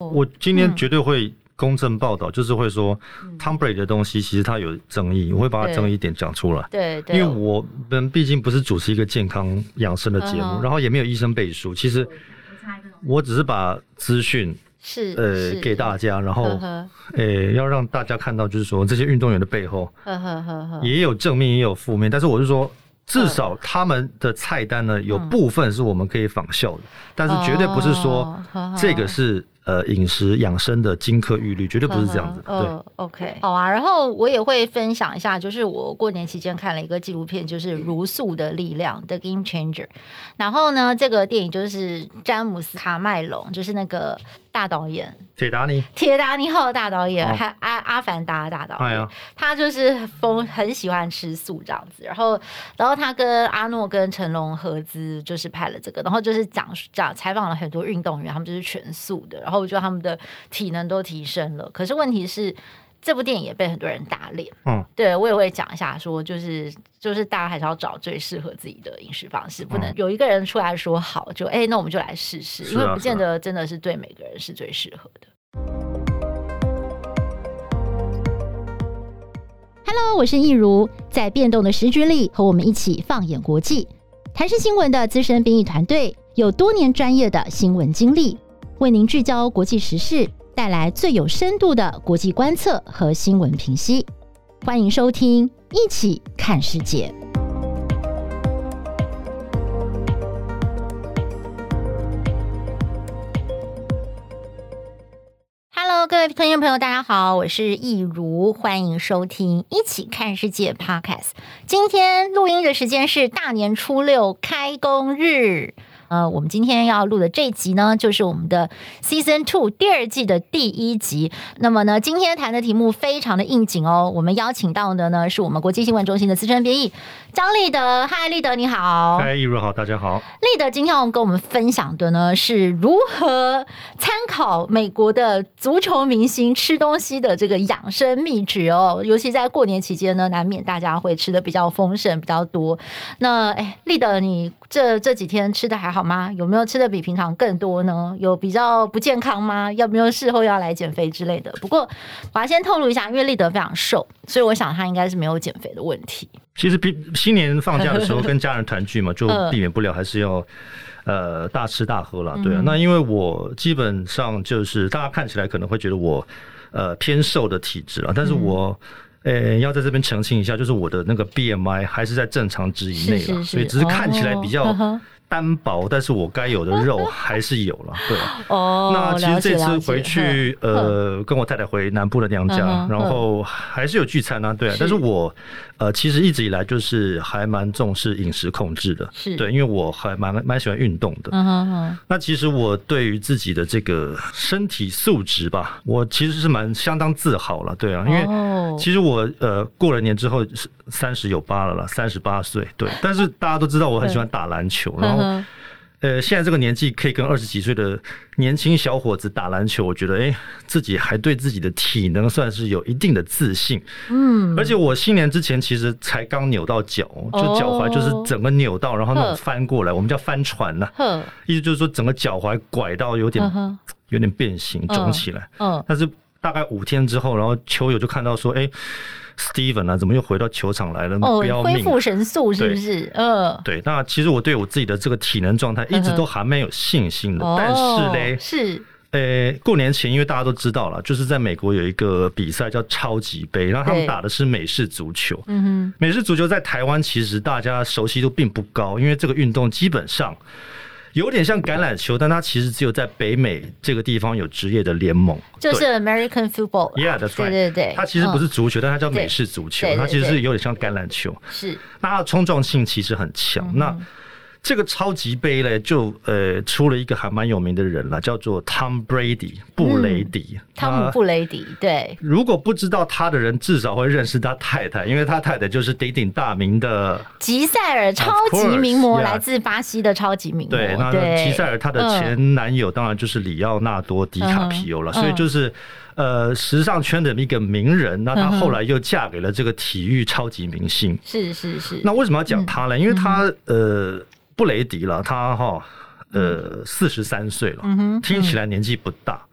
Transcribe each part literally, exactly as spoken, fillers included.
我今天绝对会公正报道，嗯、就是会说、嗯、Tom Brady 的东西其实它有争议，我会把它争议点讲出来。 对对， 因为我们毕竟不是主持一个健康养生的节目，嗯、然后也没有医生背书，其实我只是把资讯。 是呃，给大家，然后呵呵呃，要让大家看到，就是说这些运动员的背后，呵呵呵呵也有正面，也有负面。但是我是说，至少他们的菜单呢，有部分是我们可以仿效的，嗯、但是绝对不是说这个是。呃，饮食养生的金科玉律，绝对不是这样子。 呵呵对、呃、，OK， 好啊。然后我也会分享一下，就是我过年期间看了一个纪录片，就是《茹素的力量》The Game Changer。然后呢，这个电影就是詹姆斯卡麦隆，就是那个大导演， 铁达尼， 铁达尼号大导演，还、哦、阿阿凡达大导演，哎、呀他就是疯很喜欢吃素这样子。然后，然后他跟阿诺跟成龙合资，就是拍了这个，然后就是讲讲采访了很多运动员，他们就是全素的，然后。我觉得他们的体能都提升了，可是问题是，这部电影也被很多人打脸。嗯，对我也会讲一下说，说就是就是大家还是要找最适合自己的饮食方式，不能有一个人出来说好，就哎、欸，那我们就来试试，因为不见得真的是对每个人是最适合的。Hello， 我是易如，在变动的时局里，和我们一起放眼国际。台视新闻的资深编译团队有多年专业的新闻经历。为您聚焦国际时事，带来最有深度的国际观测和新闻评析。欢迎收听，一起看世界。Hello， 各位听众朋友，大家好，我是易如，欢迎收听《一起看世界》Podcast。今天录音的时间是大年初六开工日。呃，我们今天要录的这一集呢，就是我们的 Season Two 第二季的第一集。那么呢，今天谈的题目非常的应景哦。我们邀请到的呢，是我们国际新闻中心的资深编译张立德。嗨，立德你好。 嗨，易如好，大家好。 立德今天要跟我们分享的呢，是如何参考美国的足球明星吃东西的这个养生秘诀哦。尤其在过年期间呢，难免大家会吃的比较丰盛，比较多。那哎，立德你这这几天吃的还好？好吗？有没有吃的比平常更多呢？有比较不健康吗？要没有事后要来减肥之类的？不过我要先透露一下，因为立德非常瘦，所以我想他应该是没有减肥的问题。 其实比新年放假的时候跟家人团聚嘛，就避免不了还是要呃大吃大喝啦。对啊，嗯、那因为我基本上就是大家看起来可能会觉得我呃偏瘦的体质啊，但是我。嗯呃，要在这边澄清一下，就是我的那个 B M I 还是在正常值以内了，所以只是看起来比较单薄，哦、但是我该有的肉还是有了，对。哦，那其实这次回去，呃，跟我太太回南部的娘家，然后还是有聚餐啊，对啊。但是我呃，其实一直以来就是还蛮重视饮食控制的，是对，因为我还蛮蛮喜欢运动的。嗯哼哼。那其实我对于自己的这个身体素质吧，我其实是蛮相当自豪了，对啊，因为其实我。我呃过了年之后三十有八了啦，三十八岁，对。但是大家都知道我很喜欢打篮球，然后呃现在这个年纪可以跟二十几岁的年轻小伙子打篮球，我觉得哎、欸、自己还对自己的体能算是有一定的自信。嗯，而且我新年之前其实才刚扭到脚，就脚踝就是整个扭到，然后那种翻过来，我们叫翻船了、啊，意思就是说整个脚踝拐到有点有点变形肿起来。嗯，但是。大概五天之后，然后球友就看到说：“哎 ，Steven 啊，怎么又回到球场来了？ 哦， 不要命， 恢复神速是不是？嗯， 对。那其实我对我自己的这个体能状态一直都还蛮有信心的，嗯、但是嘞， 是。 呃，过年前因为大家都知道了，就是在美国有一个比赛叫超级杯，然后他们打的是美式足球。嗯哼，美式足球在台湾其实大家熟悉度并不高，因为这个运动基本上。有点像橄榄球，但它其实只有在北美这个地方有职业的联盟， 就是 American Football。Yeah, that's right. 对对对， 它其实不是足球，嗯、但它叫美式足球，它其实是有点像橄榄球。是，那它的冲撞性其实很强。嗯、那这个超级杯呢，就呃出了一个还蛮有名的人了，叫做 Tom Brady 布雷迪， 嗯、汤姆布雷迪。对， 如果不知道他的人，至少会认识他太太，因为他太太就是鼎鼎大名的吉赛尔，超级名模， course, 来自巴西的超级名模。 对，那吉赛尔他的前男友当然就是里奥纳多·迪卡皮欧了，嗯、所以就是。呃，时尚圈的一个名人，那她后来又嫁给了这个体育超级明星。是是是。那为什么要讲她呢？嗯、因为她呃，布雷迪了，她哈呃四十三岁了，嗯、听起来年纪不大。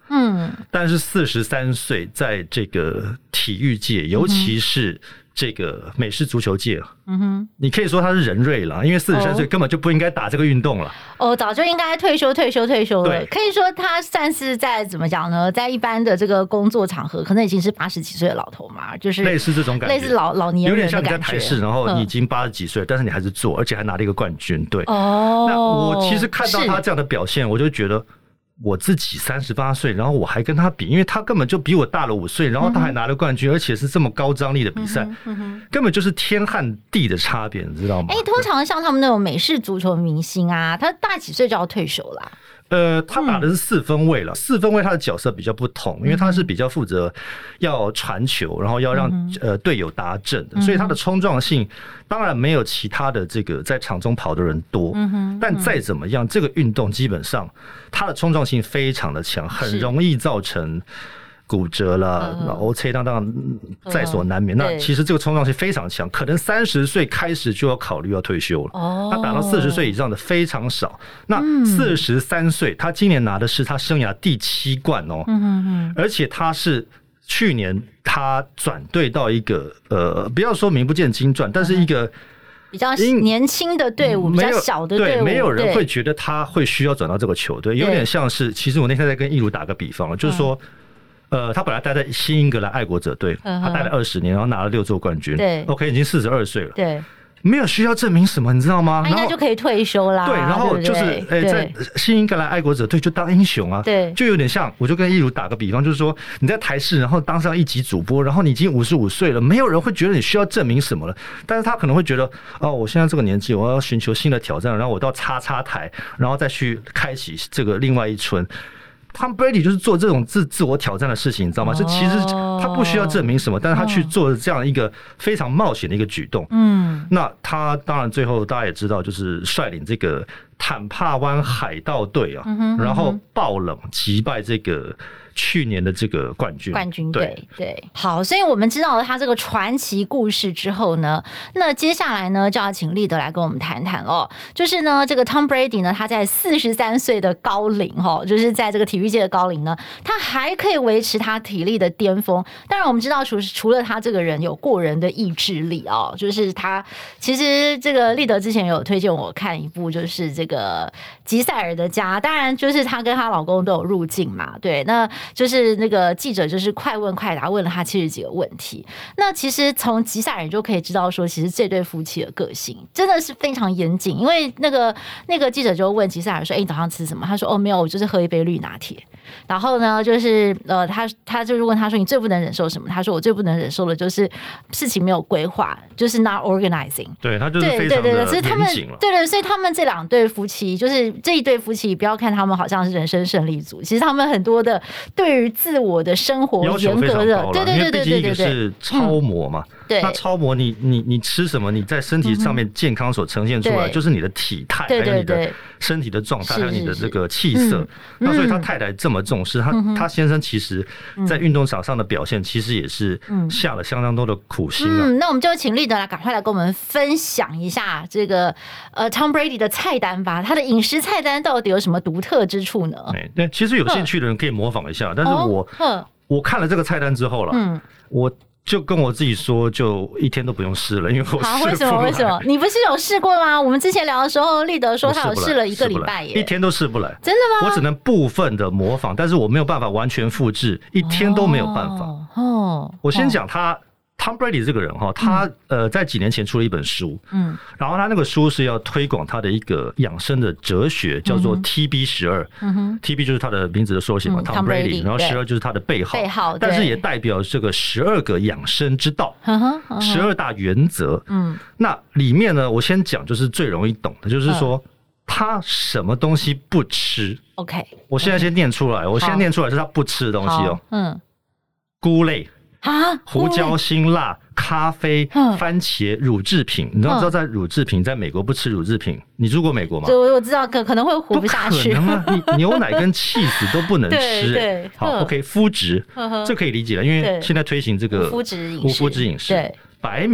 嗯， 但是四十三岁在这个体育界，尤其是这个美式足球界，嗯哼，你可以说他是人瑞了，因为四十三岁根本就不应该打这个运动了。 哦，早就应该退休、退休、退休了。可以说他算是在怎么讲呢？在一般的这个工作场合，可能已经是八十几岁的老头嘛，就是类似这种感觉， 类似老老年人的感觉。有点像你在台视，然后你已经八十几岁，嗯，但是你还是做，而且还拿了一个冠军。对，哦，那我其实看到他这样的表现，我就觉得。我自己三十八岁，然后我还跟他比，因为他根本就比我大了五岁，然后他还拿了冠军，嗯，而且是这么高张力的比赛，嗯嗯，根本就是天和地的差别，你知道吗？ 哎，欸，通常像他们那种美式足球明星啊，他大几岁就要退休啦？ 呃，他打的是四分卫了，嗯，四分卫他的角色比较不同，因为他是比较负责要传球，然后要让，嗯，呃队友达阵的，所以他的冲撞性当然没有其他的这个在场中跑的人多，嗯，但再怎么样，这个运动基本上它的冲撞性非常的强，很容易造成骨折了，然后 O C 当当在所难免。那其实这个冲撞性非常强，可能三十岁开始就要考虑要退休了。哦，他打到四十岁以上的非常少。那四十三岁，他今年拿的是他生涯第七冠哦。嗯，而且他是去年他转队到一个呃，不要说名不见经传，但是一个。 比较年轻的队伍，比较小的队伍， 对，没有人会觉得他会需要转到这个球队，有点像是，其实我那天在跟一如打个比方了，就是说，呃，他本来待在新英格兰爱国者队，他待了二十年，然后拿了六座冠军，对 ，OK， 已经四十二岁了，对。没有需要证明什么，你知道吗？ 他应该就可以退休啦。 对，然后就是诶、欸，在新英格兰爱国者队就当英雄啊。对，就有点像，我就跟一如打个比方，就是说你在台视，然后当上一集主播，然后你已经五十五岁了，没有人会觉得你需要证明什么了。但是他可能会觉得，哦，我现在这个年纪，我要寻求新的挑战，然后我到叉叉台，然后再去开启这个另外一春。Tom Brady 就是做这种自自我挑战的事情，你知道吗？这其实他不需要证明什么，但是他去做这样一个非常冒险的一个举动。嗯，那他当然最后大家也知道，就是率领这个坦帕湾海盗队啊，然后爆冷击败这个去年的这个冠军冠军队。对，好，所以我们知道了他这个传奇故事之后呢，那接下来呢就要请立德来跟我们谈谈哦。就是呢，这个 Tom Brady 呢，他在四十三岁的高龄哈，就是在这个体育界的高龄呢，他还可以维持他体力的巅峰。当然，我们知道除除了他这个人有过人的意志力哦，就是他其实这个立德之前有推荐我看一部，就是这个吉赛尔的家，当然就是她跟她老公都有入境嘛，对，那。就是那个记者就是快问快答问了他七十几个问题，那其实从吉赛尔就可以知道说，其实这对夫妻的个性真的是非常严谨。因为那个那个记者就问吉赛尔说：“哎、欸，你早上吃什么？”他说：“哦，没有，我就是喝一杯绿拿铁。”然后呢，就是呃，他他就是问他说：“你最不能忍受什么？”他说：“我最不能忍受的就是事情没有规划，就是 not organizing。” 对，他就是非常的严谨了。对对对，所以他们对对，所以他们这两对夫妻，就是这一对夫妻，不要看他们好像是人生胜利组，其实他们很多的对于自我的生活严格的，对对对对对对， 因为毕竟一个是超模嘛。嗯，对，那超模你你你吃什么？你在身体上面健康所呈现出来，就是你的体态，还有你的身体的状态，还有你的这个气色。那所以他太太这么重视他，他先生其实在运动场上的表现，其实也是下了相当多的苦心啊。 嗯，那我们就请立德来赶快来跟我们分享一下这个呃 Tom Brady 的菜单吧，他的饮食菜单到底有什么独特之处呢？ 对，其实有兴趣的人可以模仿一下，但是我我看了这个菜单之后了，嗯，我。就跟我自己说，就一天都不用试了，因为我试不来。 好，为什么？为什么？你不是有试过吗？我们之前聊的时候，立德说他有试了一个礼拜耶， 一天都试不来。 真的吗？ 我只能部分的模仿，但是我没有办法完全复制，一天都没有办法。哦，我先讲他。Tom Brady 这个人哈，他、嗯、呃在几年前出了一本书，嗯，然后他那个书是要推广他的一个养生的哲学，叫做 T B 十二、嗯、T B 就是他的名字的缩写嘛、嗯、，Tom Brady， 然后十二就是他的背号，背号，但是也代表这个十二个养生之道，十二大原则，嗯，那里面呢，我先讲就是最容易懂的，就是说、嗯、他什么东西不吃 ，OK， 我现在先念出来，嗯、我现在念出来是他不吃的东西哦，嗯，菇类。啊，胡椒、辛辣、咖啡、嗯、番茄、乳制品，你知道知道在乳制品，在美国不吃乳制品。你住过美国吗？ 对，我知道，可可能会活不下去。 不可能啊！你牛奶跟 cheese 都不能吃。对对。好 ，OK， 麸质，这可以理解了，因为现在推行这个无麸质饮食。 无麸质饮食。对。白米。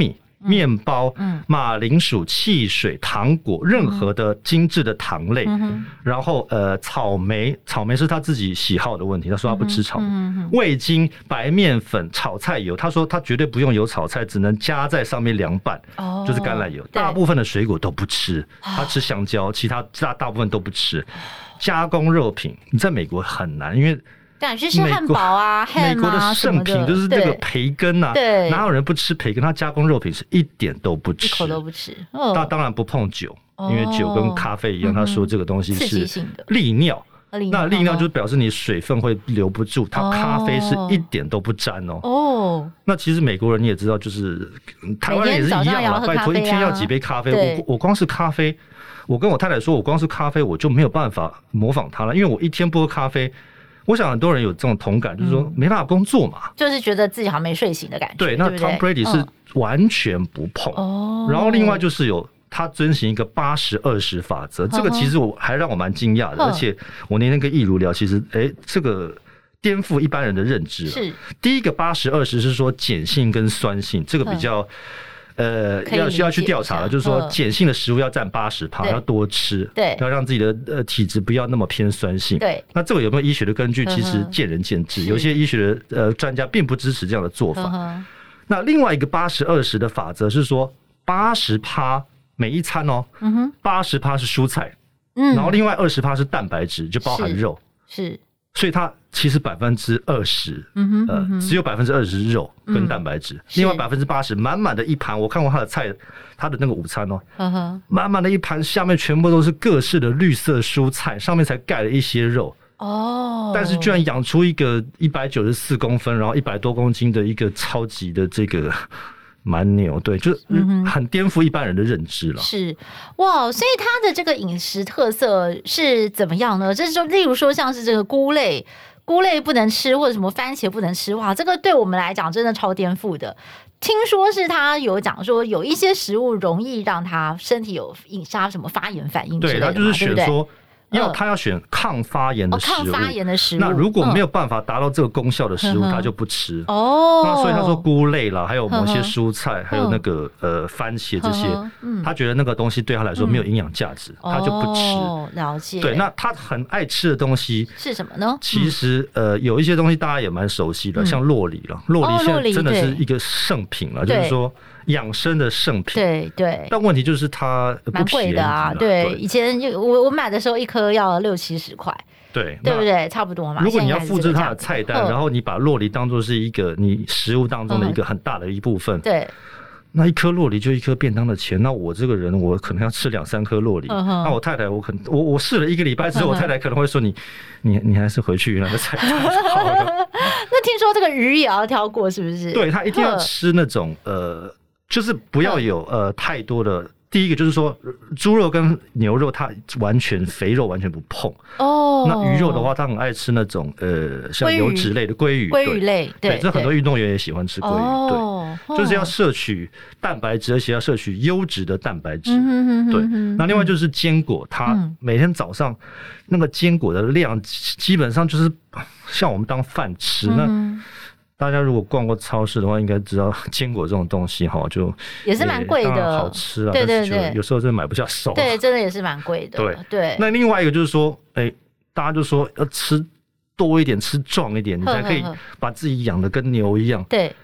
面包、嗯、马铃薯、汽水、糖果，任何的精致的糖类。嗯、然后呃，草莓，草莓是他自己喜好的问题，他说他不吃草莓。嗯、味精、白面粉、炒菜油，他说他绝对不用有炒菜，只能加在上面凉拌，哦、就是橄榄油。大部分的水果都不吃，他吃香蕉，其他大大部分都不吃。加工肉品，你在美国很难，因为。 感觉是汉堡啊， 美国的圣品就是这个培根啊， 对， 哪有人不吃培根？他加工肉品是一点都不吃， 一口都不吃。 哦、他当然不碰酒，哦、因为酒跟咖啡一样，嗯、他说这个东西是利尿。那利尿就是表示你水分会留不住，它咖啡是一点都不沾哦。哦，那其实美国人你也知道，就是台湾人也是一样啦，拜托一天要几杯咖啡？我我光是咖啡，我跟我太太说，我光是咖啡我就没有办法模仿他了，因为我一天不喝咖啡。我想很多人有这种同感，就是说没办法工作嘛， 嗯、就是觉得自己好像没睡醒的感觉。 对，那 Tom Brady 是完全不碰。哦、然后另外就是有他遵循一个八十二十法则，这个其实我还让我蛮惊讶的，而且我那天跟易如聊，其实哎，这个颠覆一般人的认知了。是第一个八十二十是说碱性跟酸性，这个比较。呃，要需要去调查了，就是说碱性的食物要占八十趴，要多吃， 对， 要让自己的呃体质不要那么偏酸性。 对， 那这个有没有医学的根据？其实见仁见智，有些医学的呃专家并不支持这样的做法。那另外一个八十二十的法则是说，八十趴每一餐哦，八十趴是蔬菜，嗯，然后另外二十趴是蛋白质，就包含肉， 是。 所以它其实百分之二十，呃，只有百分之二十肉跟蛋白质，嗯、另外百分之八十满满的一盘。我看过他的菜，他的那个午餐哦，满满的一盘，下面全部都是各式的绿色蔬菜，上面才盖了一些肉。哦，但是居然养出一个一百九十四公分，然后一百多公斤的一个超级的这个。蛮牛，对，就是很颠覆一般人的认知了。 是哇，所以它的这个饮食特色是怎么样呢？就是说，例如说像是这个菇类，菇类不能吃，或者什么番茄不能吃，哇，这个对我们来讲真的超颠覆的。听说是他有讲说，有一些食物容易让他身体有引发什么发炎反应之类的， 对，他就是选说。要他要选抗发炎的食物， 哦、抗发炎的食物。 那如果没有办法达到这个功效的食物，嗯、他就不吃。哦，那所以他说菇类啦，还有某些蔬菜，嗯、还有那个呃番茄这些，嗯、他觉得那个东西对他来说没有营养价值，嗯、他就不吃。 哦，了解。 对，那他很爱吃的东西是什么呢？ 其实呃有一些东西大家也蛮熟悉的，嗯、像酪梨了，酪梨现在真的是一个圣品了，就是说。养生的圣品， 对对， 但问题就是它蛮贵的啊。对，对以前我我买的时候一颗要六七十块， 对， 对不对？差不多嘛。 如果你要复制它的菜单，然后你把酪梨当作是一个你食物当中的一个很大的一部分， 对、嗯， 那一颗酪梨就一颗便当的钱，那我这个人我可能要吃两三颗酪梨。嗯、那我太太我可能我我试了一个礼拜之后，我太太可能会说你你你还是回去原来的菜单好了。 那听说这个鱼也要挑过，是不是？ 对，他一定要吃那种呃。就是不要有呃太多的，第一个就是说猪肉跟牛肉它完全肥肉完全不碰哦。那鱼肉的话，他很爱吃那种呃像油脂类的鲑鱼， 鲑鱼类， 对，这很多运动员也喜欢吃鲑鱼，对，就是要摄取蛋白质，而且要摄取优质的蛋白质。对，那另外就是坚果，他每天早上那个坚果的量基本上就是像我们当饭吃那。大家如果逛过超市的话，应该知道坚果这种东西哈，就也是蛮贵的， 好吃啊， 对对对， 有时候真的买不下手， 对，真的也是蛮贵的， 对对。 那另外一个就是说，哎、欸，大家就说要吃多一点，吃壮一点，你才可以把自己养得跟牛一样， 对。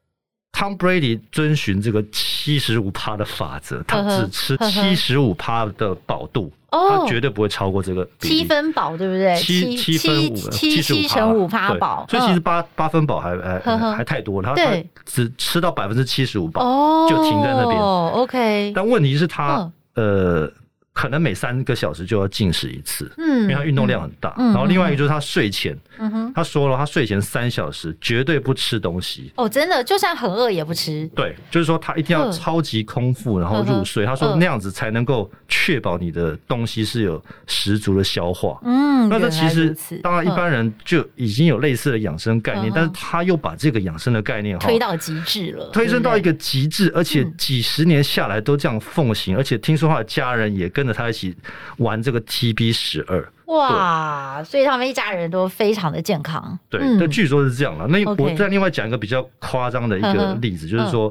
Tom Brady 遵循这个七十五趴的法则，他只吃七十五趴的饱度，他绝对不会超过这个比例。 七分饱，对不对？ 七七分五， 七七乘五趴饱， 所以其实八八分饱还还还太多了，他他只吃到百分之七十五饱，就停在那边。 哦 ，OK。 但问题是他呃。可能每三个小时就要进食一次，嗯，因为他运动量很大。嗯、然后另外一个就是他睡前，嗯哼，他说了，他睡前三小时绝对不吃东西。 哦，真的，就算很饿也不吃。 对，就是说他一定要超级空腹，然后入睡。他说那样子才能够确保你的东西是有十足的消化。嗯，那这其实当然一般人就已经有类似的养生概念，但是他又把这个养生的概念推到极致了， 推升到一个极致，而且几十年下来都这样奉行，而且听说他的家人也跟着他一起玩这个 T B 十二， 哇！所以他们一家人都非常的健康。 对，那、嗯、据说是这样了。那我再另外讲一个比较夸张的一个例子，嗯、就是说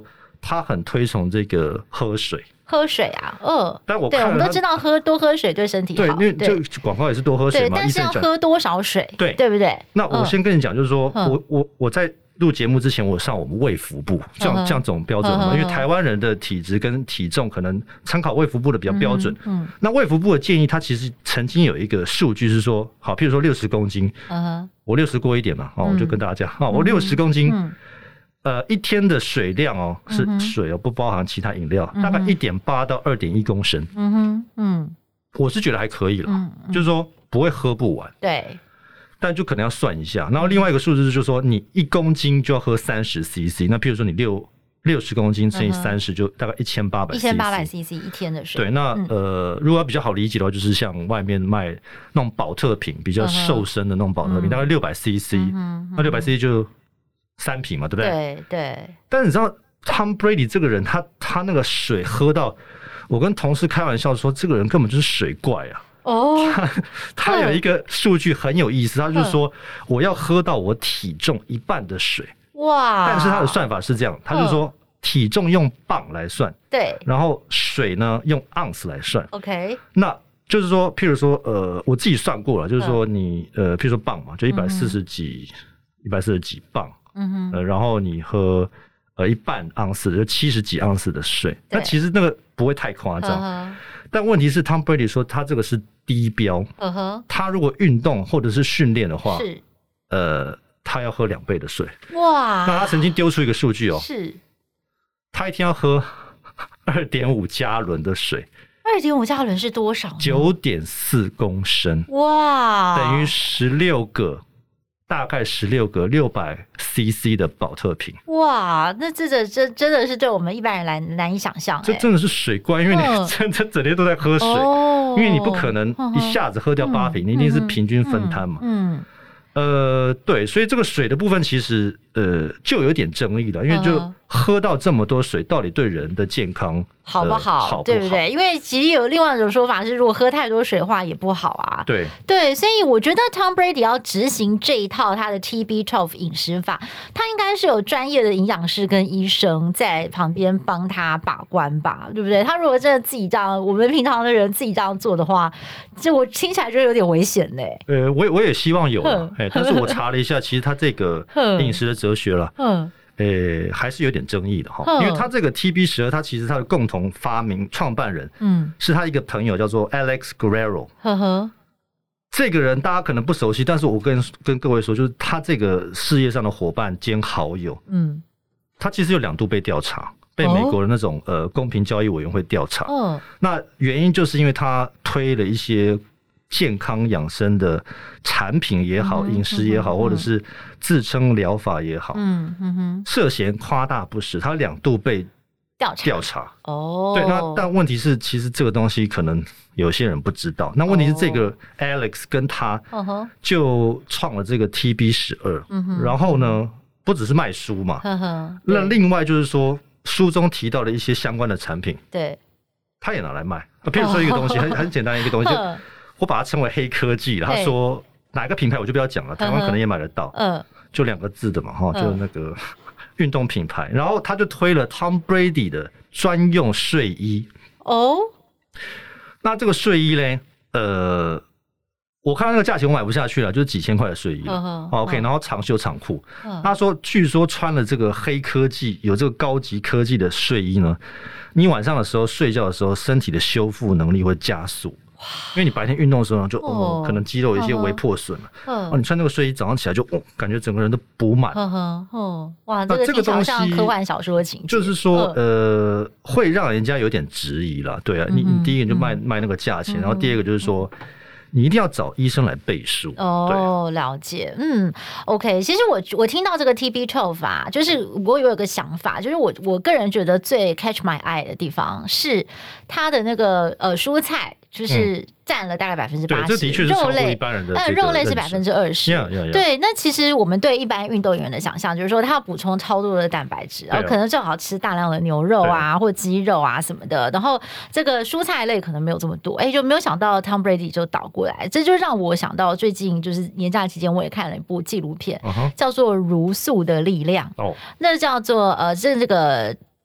他很推崇这个喝水。 喝水啊，嗯， 但我看对，我们都知道喝多喝水对身体好， 对，因为这广告也是多喝水嘛， 但是要喝多少水， 对， 对不对？ 那我先跟你讲，就是说、嗯、我我我在录节目之前，我上我们卫福部，这样、嗯、这样总标准嘛、嗯，因为台湾人的体质跟体重可能参考卫福部的比较标准。嗯，嗯那卫福部的建议，他其实曾经有一个数据是说，好，譬如说六十公斤，嗯，我六十过一点嘛，哦，我就跟大家讲，哦，我六十公斤。嗯呃，一天的水量哦，是水哦，不包含其他饮料，嗯、大概一点八到二点一公升。嗯哼，嗯，我是觉得还可以了、嗯嗯，就是说不会喝不完。对，但就可能要算一下。然后另外一个数字就是说，你一公斤就要喝三十 C C， 那譬如说你六六十公斤乘以三十，就大概一千八百 C C。一千八百 C C 一天的水。 对，那、嗯、呃，如果要比较好理解的话，就是像外面卖那种保特瓶，比较瘦身的那种保特瓶，嗯、大概六百 C C，、嗯、那六百 C C 就。三瓶嘛，对不对？ 对对。 但是你知道 Tom Brady 这个人，他他那个水喝到，我跟同事开玩笑说，这个人根本就是水怪啊。哦。他他有一个数据很有意思，他就是说我要喝到我体重一半的水。哇！但是他的算法是这样，他就说体重用磅来算，对，然后水呢用盎司来算。OK。那就是说，譬如说，呃，我自己算过了，就是说你呃，譬如说磅嘛，就一百四十几，一百四十几磅。嗯哼，呃，然后你喝呃一半盎司，就七十几盎司的水，那其实那个不会太夸张。Uh-huh. 但问题是 ，Tom Brady 说他这个是低标。Uh -huh. 他如果运动或者是训练的话，是呃，他要喝两倍的水。哇！那他曾经丢出一个数据哦，是，他一天要喝二点五加仑的水。 二点五加仑是多少？ 九点四公升。哇！等于十六个。大概十六个六百 C C 的保特瓶。哇， 那这个真真的是对我们一般人来难以想象、欸。 这真的是水怪，因为你真的整天都在喝水、哦，因为你不可能一下子喝掉八瓶、嗯，你一定是平均分摊嘛。嗯。嗯呃，对，所以这个水的部分其实呃就有点争议了，因为就喝到这么多水，到底对人的健康好不好？呃、好不好对不对？因为其实有另外一种说法是，如果喝太多水的话也不好啊。对对，所以我觉得 Tom Brady 要执行这一套他的 T B 十二 饮食法，他应该是有专业的营养师跟医生在旁边帮他把关吧，对不对？他如果真的自己这样，我们平常的人自己这样做的话，这我听起来就有点危险嘞。 呃，我我也希望有啦。但是我查了一下，其实他这个饮食的哲学啦，呃，还是有点争议的哈。因为他这个 T B 十二，他其实他的共同发明创办人，嗯，是他一个朋友叫做 Alex Guerrero。呵呵，这个人大家可能不熟悉，但是我跟跟各位说，就是他这个事业上的伙伴兼好友，嗯，他其实有两度被调查，被美国的那种、哦、呃公平交易委员会调查。嗯，那原因就是因为他推了一些健康养生的产品也好，饮、嗯、食也好、嗯，或者是自称疗法也好，嗯嗯哼，涉嫌夸大不实，他两度被调查。调查哦，对，那但问题是，其实这个东西可能有些人不知道。那问题是，这个 Alex 跟他就创了这个 T B 十二、嗯，然后呢，不只是卖书嘛，嗯、那另外就是说，书中提到的一些相关的产品，对，他也拿来卖。譬如说一个东西，很、哦、很简单的一个东西。就我把它称为黑科技，他说哪一个品牌我就不要讲了，台湾可能也买得到，嗯，就两个字的嘛，哈，就那个运动品牌，然后他就推了 Tom Brady 的专用睡衣。哦，那这个睡衣呢，呃，我看那个价钱我买不下去了，就是几千块的睡衣了 ，OK， 然后长袖长裤。他说，据说穿了这个黑科技，有这个高级科技的睡衣呢，你晚上的时候睡觉的时候，身体的修复能力会加速。因为你白天运动的时候就哦，可能肌肉有一些微破损了，哦，你穿那个睡衣早上起来就哦，感觉整个人都补满。 哦，哇，这个听起来像科幻小说的情节。 就是说，呃，会让人家有点质疑啦，对啊，你你第一个就卖卖那个价钱，然后第二个就是说。你一定要找医生来背书哦，了解，嗯 ，OK。其实我我听到这个 T B 十二 啊，就是我有一个想法，就是我我个人觉得最 catch my eye 的地方是它的那个呃蔬菜，就是占了大概百分之八十，肉类呃肉类是百分之二十。对，那其实我们对一般运动员的想象就是说，他要补充超多的蛋白质，然后可能正好吃大量的牛肉啊或鸡肉啊什么的，然后这个蔬菜类可能没有这么多，哎，就没有想到 Tom Brady 就倒过来，这就让我想到最近就是年假期间我也看了一部纪录片， uh-huh. 叫做《茹素的力量》。哦，那叫做呃，这这个。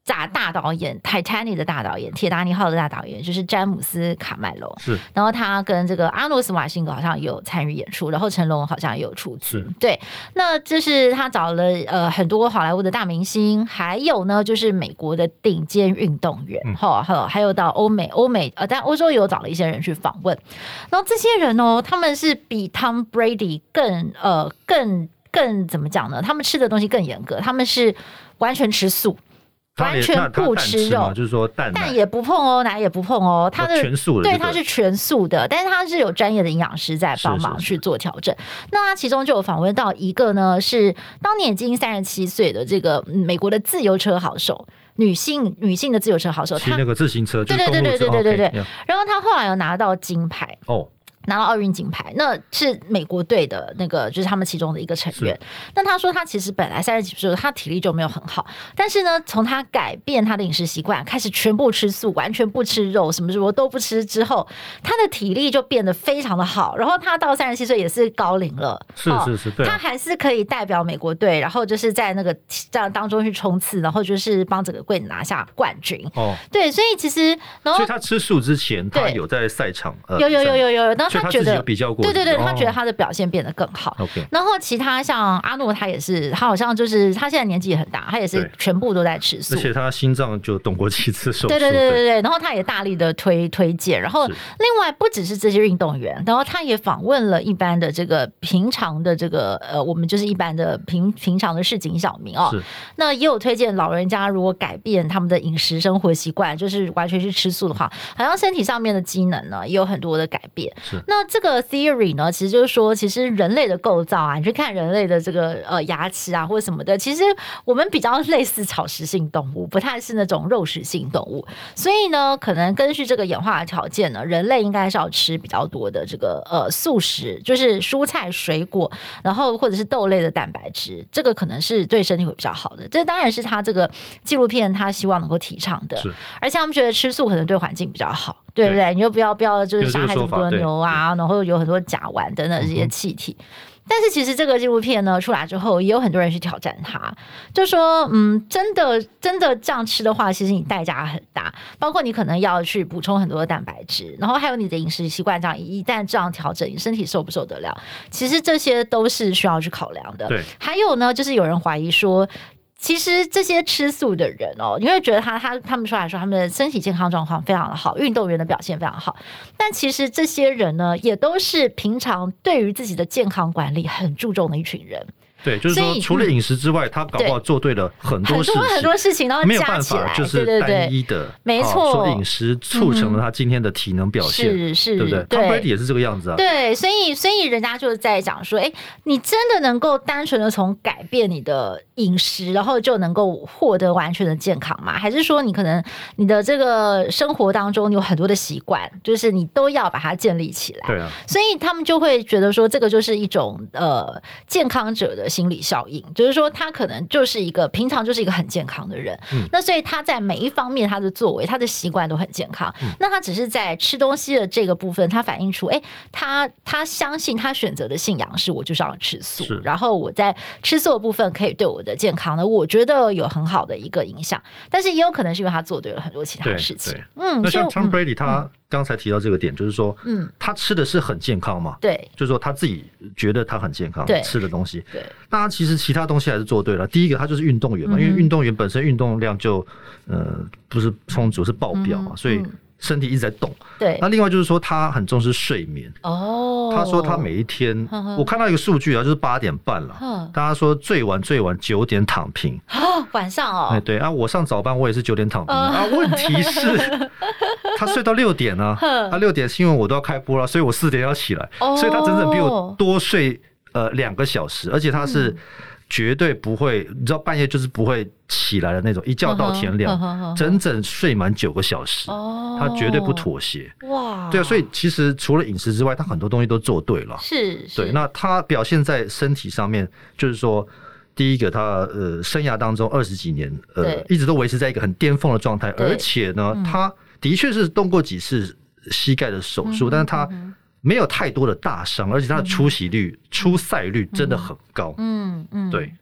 大大导演 Titanic 的大导演，铁达尼号的大导演就是詹姆斯卡麦隆， 是， 然后他跟这个阿诺斯瓦辛格好像也有参与演出，然后成龙好像也有出资，对，那这是他找了呃很多好莱坞的大明星，还有呢就是美国的顶尖运动员，哈、嗯，还有到欧美欧美呃，但欧洲也有找了一些人去访问，然后这些人哦，他们是比 Tom Brady 更呃更更怎么讲呢？他们吃的东西更严格，他们是完全吃素。完全不吃肉， 就是说蛋蛋也不碰哦，奶也不碰哦，它的全素的， 对，它是全素的，但是它是有专业的营养师在帮忙去做调整。是是是，那他其中就有访问到一个呢，是当年已经三十七岁的这个美国的自由车好手。女性女性的自由车好手， 骑那个自行车， 对对对对对对对对。然后她后来有拿到金牌哦。 拿到奥运金牌，那是美国队的那个，就是他们其中的一个成员。那他说他其实本来三十几岁，他体力就没有很好，但是呢，从他改变他的饮食习惯，开始全部吃素，完全不吃肉，什么什么都不吃之后，他的体力就变得非常的好。然后他到三十七岁也是高龄了， 是是是，对、啊， 他还是可以代表美国队，然后就是在那个这样当中去冲刺，然后就是帮整个队拿下冠军。哦，对，所以其实，然后所以他吃素之前，他有在赛场，呃、 有有有有有，然后他觉得比较过， 对对对，他觉得他的表现变得更好。 OK，、哦、 然后其他像阿诺，他也是，他好像就是他现在年纪也很大，他也是全部都在吃素， 而且他心脏就动过几次手术。 对对对对对，然后他也大力的推推荐。然后另外不只是这些运动员，然后他也访问了一般的这个平常的这个呃，我们就是一般的平平常的市井小民哦。那也有推荐老人家如果改变他们的饮食生活习惯，就是完全去吃素的话，好像身体上面的机能呢也有很多的改变。那这个 theory 呢，其实就是说，其实人类的构造啊，你去看人类的这个呃牙齿啊或者什么的，其实我们比较类似草食性动物，不太是那种肉食性动物。所以呢，可能根据这个演化的条件呢，人类应该是要吃比较多的这个呃素食，就是蔬菜水果，然后或者是豆类的蛋白质，这个可能是对身体会比较好的。这当然是他这个纪录片他希望能够提倡的，而且他们觉得吃素可能对环境比较好。对不对？你就不要不要就是杀害这么多牛啊，然后有很多甲烷等等这些气体。嗯，但是其实这个纪录片呢出来之后，也有很多人去挑战它，就说嗯，真的真的这样吃的话，其实你代价很大，包括你可能要去补充很多的蛋白质，然后还有你的饮食习惯这样一旦这样调整，你身体受不受得了？其实这些都是需要去考量的。 对， 还有呢，就是有人怀疑说。其实这些吃素的人哦，你会觉得他他他们出来说他们的身体健康状况非常的好，运动员的表现非常好，但其实这些人呢，也都是平常对于自己的健康管理很注重的一群人。 对，就是说除了饮食之外，他搞不好做对了很多事情， 很多很多事情，然后加起来， 没有办法，就是单一的， 没错， 说饮食促成了他今天的体能表现， 是是， 对不对？Tom Brady也是这个样子啊。 对，所以所以人家就是在讲说，哎，你真的能够单纯的从改变你的饮食，然后就能够获得完全的健康吗？还是说你可能你的这个生活当中有很多的习惯，就是你都要把它建立起来？ 对啊， 所以他们就会觉得说，这个就是一种呃健康者的心理效应，就是说他可能就是一个平常就是一个很健康的人，嗯、那所以他在每一方面他的作为、他的习惯都很健康。嗯、那他只是在吃东西的这个部分，他反映出，哎，他他相信他选择的信仰是我就是要吃素，然后我在吃素的部分可以对我的健康呢，我觉得有很好的一个影响。但是也有可能是因为他做对了很多其他事情。 嗯，那像 Tom Brady 他刚才提到这个点，就是说，嗯，他吃的是很健康嘛？ 对， 就是说他自己觉得他很健康， 对， 吃的东西。 对， 那他其实其他东西还是做对了。第一个，他就是运动员嘛，嗯、因为运动员本身运动量就呃不是充足，是爆表嘛，嗯、所以身体一直在动。 对， 那另外就是说他很重视睡眠。哦，他说他每一天，呵呵我看到一个数据啊，就是八点半了。大家说最晚最晚九点躺平。 哦，晚上哦。 哎，对啊，我上早班我也是九点躺平、呃、啊。问题是。他睡到六点呢、啊，他六点新闻我都要开播了，所以我四点要起来，哦、所以他整整比我多睡呃两个小时，而且他是绝对不会，嗯、你知道半夜就是不会起来的那种，一觉到天亮，呵呵呵整整睡满九个小时，哦、他绝对不妥协。哇，对啊，所以其实除了饮食之外，他很多东西都做对了。 是，是对。那他表现在身体上面，就是说。第一个，他呃生涯当中二十几年，呃一直都维持在一个很巅峰的状态，而且呢，嗯、他的确是动过几次膝盖的手术，嗯、但是他没有太多的大伤，而且他的出席率、嗯、出赛率真的很高。嗯嗯，对， 嗯，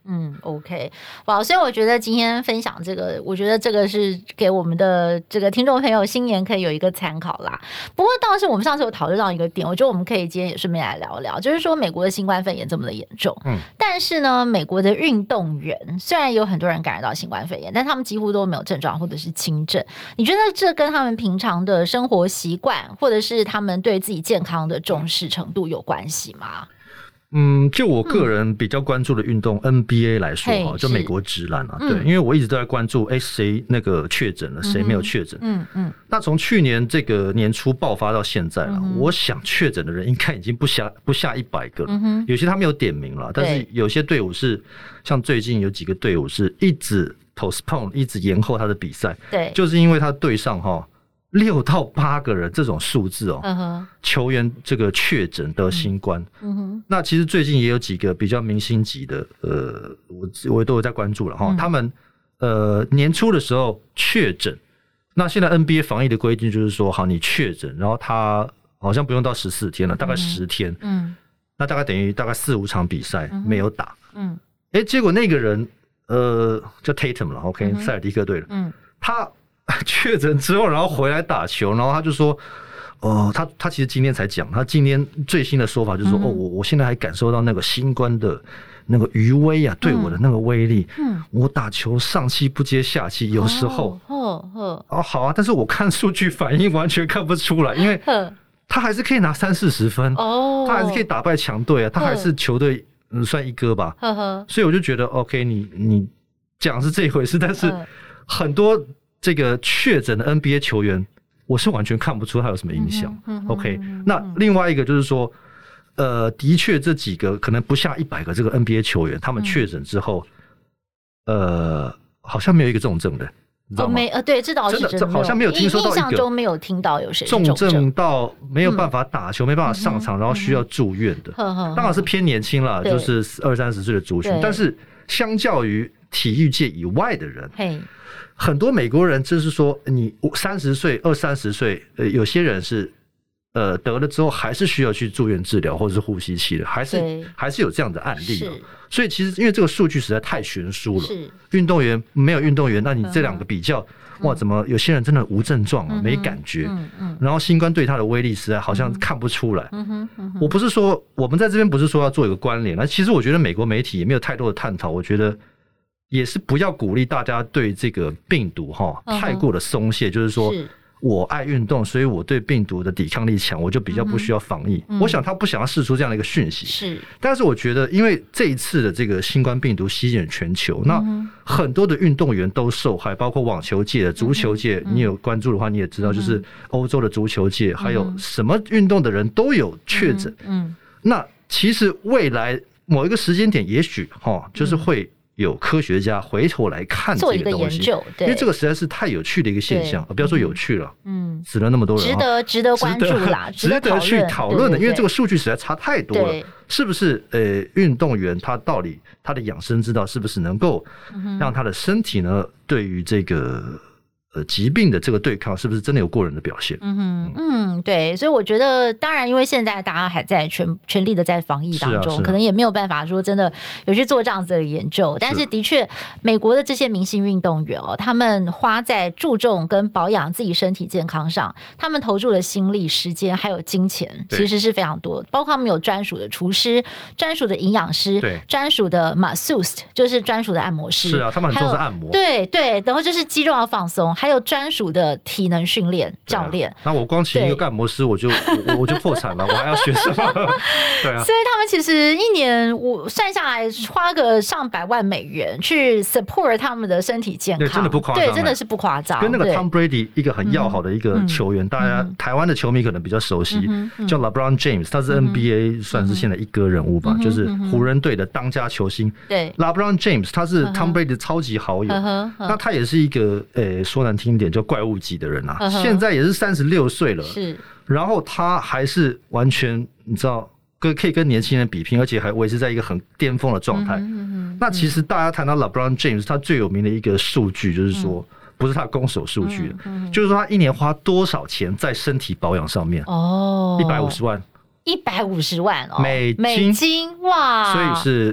OK， 哇！所以我觉得今天分享这个，我觉得这个是给我们的这个听众朋友新年可以有一个参考啦。不过倒是我们上次有讨论到一个点，我觉得我们可以今天也顺便来聊聊，就是说美国的新冠肺炎这么的严重，嗯，但是呢，美国的运动员虽然有很多人感染到新冠肺炎，但他们几乎都没有症状或者是轻症。你觉得这跟他们平常的生活习惯，或者是他们对自己健康的重视程度有关系吗？ 嗯，就我个人比较关注的运动 N B A 来说哈、嗯，就美国职篮啊，对，因为我一直都在关注，哎，谁那个确诊了，谁没有确诊？嗯嗯。那从去年这个年初爆发到现在了、嗯，我想确诊的人应该已经不下不下一百个了、嗯。有些他没有点名了，但是有些队伍是，像最近有几个队伍是一直 postpone， 一直延后他的比赛，对，就是因为他对上哈。六到八个人这种数字哦， uh-huh. 球员这个确诊得新冠，嗯哼，那其实最近也有几个比较明星级的，呃，我我都有在关注了哈、嗯，他们呃年初的时候确诊，那现在 N B A 防疫的规定就是说，好，你确诊，然后他好像不用到十四天了，大概十天，嗯，那大概等于大概四五场比赛没有打，嗯，哎、欸，结果那个人呃叫 Tatum 了 ，OK， 塞尔蒂克队了，嗯，他。确诊之后，然后回来打球，然后他就说：“哦、呃，他他其实今天才讲，他今天最新的说法就是说，嗯、哦，我我现在还感受到那个新冠的那个余威啊，对我的那个威力。嗯，我打球上气不接下气，有时候，哦哦哦，好啊，但是我看数据反应完全看不出来，因为他还是可以拿三四十分，哦，他还是可以打败强队啊，他还是球队嗯算一哥吧，所以我就觉得 OK， 你你讲是这一回事，但是很多。”这个确诊的 N B A 球员，我是完全看不出他有什么影响。嗯、OK，、嗯、那另外一个就是说，呃，的确这几个可能不下一百个这个 N B A 球员，他们确诊之后、嗯，呃，好像没有一个重症的，你知道吗？哦、没呃， 对，这倒是真的，真的好像没有听说到一个， 印象中没有听到有谁重症到没有办法打球、嗯、没办法上场、嗯，然后需要住院的。嗯、当然是偏年轻啦，就是二三十岁的族群，但是相较于体育界以外的人。很多美国人就是说，你三十岁、二三十岁，呃，有些人是呃得了之后还是需要去住院治疗或者是呼吸器的，还是还是有这样的案例的。所以其实因为这个数据实在太悬殊了，运动员没有运动员，那你这两个比较，嗯、哇，怎么有些人真的无症状啊、嗯，没感觉、嗯嗯，然后新冠对他的威力实在好像看不出来。嗯嗯、我不是说我们在这边不是说要做一个关联，那其实我觉得美国媒体也没有太多的探讨，我觉得。也是不要鼓励大家对这个病毒哈太过的松懈， uh-huh. 就是说是我爱运动，所以我对病毒的抵抗力强，我就比较不需要防疫。嗯、我想他不想要释出这样的一个讯息，是。但是我觉得，因为这一次的这个新冠病毒席卷全球，那很多的运动员都受害，包括网球界、足球界，你有关注的话，你也知道，就是欧洲的足球界，还有什么运动的人都有确诊。嗯，那其实未来某一个时间点，也许哈，就是会。有科学家回头来看这个东西，因为这个实在是太有趣的一个现象，不要说有趣了，嗯，死了那么多人， 值得值得关注啦， 值得, 值得去讨论的，因为这个数据实在差太多了，是不是？呃，运动员他到底他的养生之道是不是能够让他的身体呢，对于这个？呃，疾病的这个对抗是不是真的有过人的表现？嗯哼， 嗯，对，所以我觉得，当然，因为现在大家还在全全力的在防疫当中，啊啊、可能也没有办法说真的有去做这样子的研究。但是，的确，美国的这些明星运动员哦，他们花在注重跟保养自己身体健康上，他们投注的心力、时间还有金钱，其实是非常多的。包括他们有专属的厨师、专属的营养师、专属的 masseuse， 就是专属的按摩师。 是啊，他们很重视按摩。 对对，然后就是肌肉要放松。还有专属的体能训练教练、啊， 那我光请一个按摩师，我就我我就破产了，我还要学什么？对啊， 所以他们其实一年我算下来花个上百万美元去 support 他们的身体健康， 对，真的不夸张， 对，真的是不夸张。 跟那个 Tom Brady 一个很要好的一个球员，嗯、大家、嗯、台湾的球迷可能比较熟悉，嗯嗯、叫 LeBron James， 他是 N B A 算是现在一哥人物吧，嗯、就是湖人队的当家球星。对 ，LeBron James 他是 Tom Brady 的超级好友，嗯、那他也是一个呃说难听一点。就怪物级的人啊，嗯、现在也是三十六岁了，是，然后他还是完全你知道，跟可以跟年轻人比拼，而且还维持在一个很巅峰的状态。嗯嗯嗯、那其实大家谈到 LeBron James， 他最有名的一个数据就是说，嗯、不是他攻守数据、嗯嗯，就是说他一年花多少钱在身体保养上面？哦，一百五十万， 一百五十万哦， 美金， 美金哇， 所以是。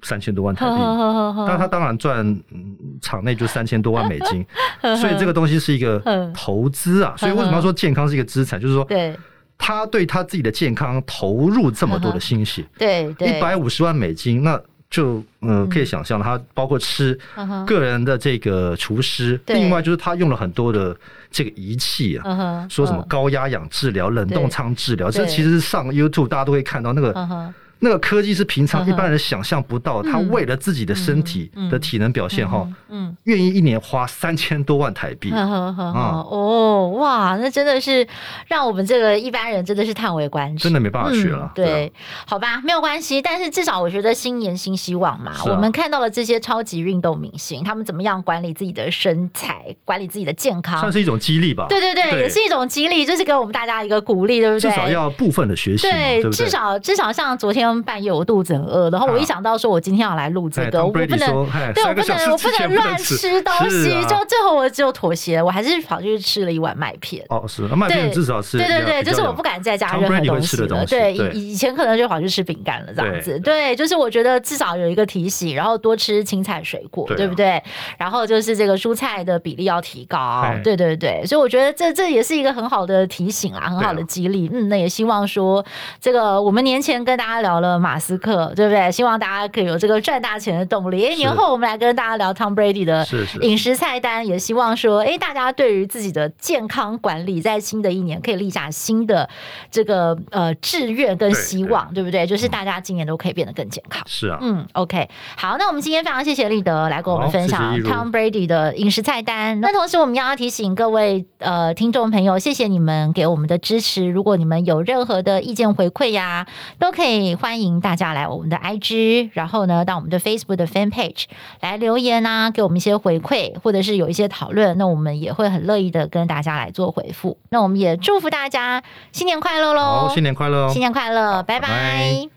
三千多万台币，但他当然赚、嗯、场内就三千多万美金，所以这个东西是一个投资啊。所以为什么要说健康是一个资产？就是说，对。他对他自己的健康投入这么多的心血， 对对， 一百五十万美金，那就呃可以想象，他包括吃个人的这个厨师，另外就是他用了很多的这个仪器啊，说什么高压氧治疗、冷冻舱治疗，这其实上 YouTube 大家都会看到那个。那个科技是平常一般人想象不到，他为了自己的身体的体能表现哈，嗯，愿意一年花三千多万台币， 哦，哇，那真的是让我们这个一般人真的是叹为观止， 真的没办法学了。 对，好吧，没有关系，但是至少我觉得新年新希望嘛，我们看到了这些超级运动明星，他们怎么样管理自己的身材，管理自己的健康， 算是一种激励吧。 对对对，也是一种激励，就是给我们大家一个鼓励，对不对？ 至少要部分的学习，对， 至少至少像昨天。半夜我肚子很饿，然后我一想到说我今天要来录这个，我不能，对，我不能，我不能乱吃东西，就最后我就妥协，我还是跑去吃了一碗麦片。 哦，是麦片至少是， 对对对，就是我不敢再加任何东西了。对，以以前可能就跑去吃饼干了这样子。对，就是我觉得至少有一个提醒，然后多吃青菜水果，对不对？然后就是这个蔬菜的比例要提高，对对对，所以我觉得这这也是一个很好的提醒啊，很好的激励。嗯，那也希望说这个我们年前跟大家聊了马斯克，对不对？希望大家可以有这个赚大钱的动力。年后我们来跟大家聊 Tom Brady 的饮食菜单，也希望说，哎，大家对于自己的健康管理，在新的一年可以立下新的这个呃志愿跟希望， 对, 对不对？就是大家今年都可以变得更健康。 是啊， 嗯 ，OK， 好，那我们今天非常谢谢立德来跟我们分享 Tom Brady 的饮食菜单。那同时我们要提醒各位呃听众朋友，谢谢你们给我们的支持。如果你们有任何的意见回馈呀，都可以欢迎大家来我们的 I G， 然后呢到我们的 Facebook 的 Fan Page 来留言啊，给我们一些回馈，或者是有一些讨论，那我们也会很乐意的跟大家来做回复。那我们也祝福大家新年快乐喽！ 好，新年快乐， 新年快乐，拜拜。拜拜。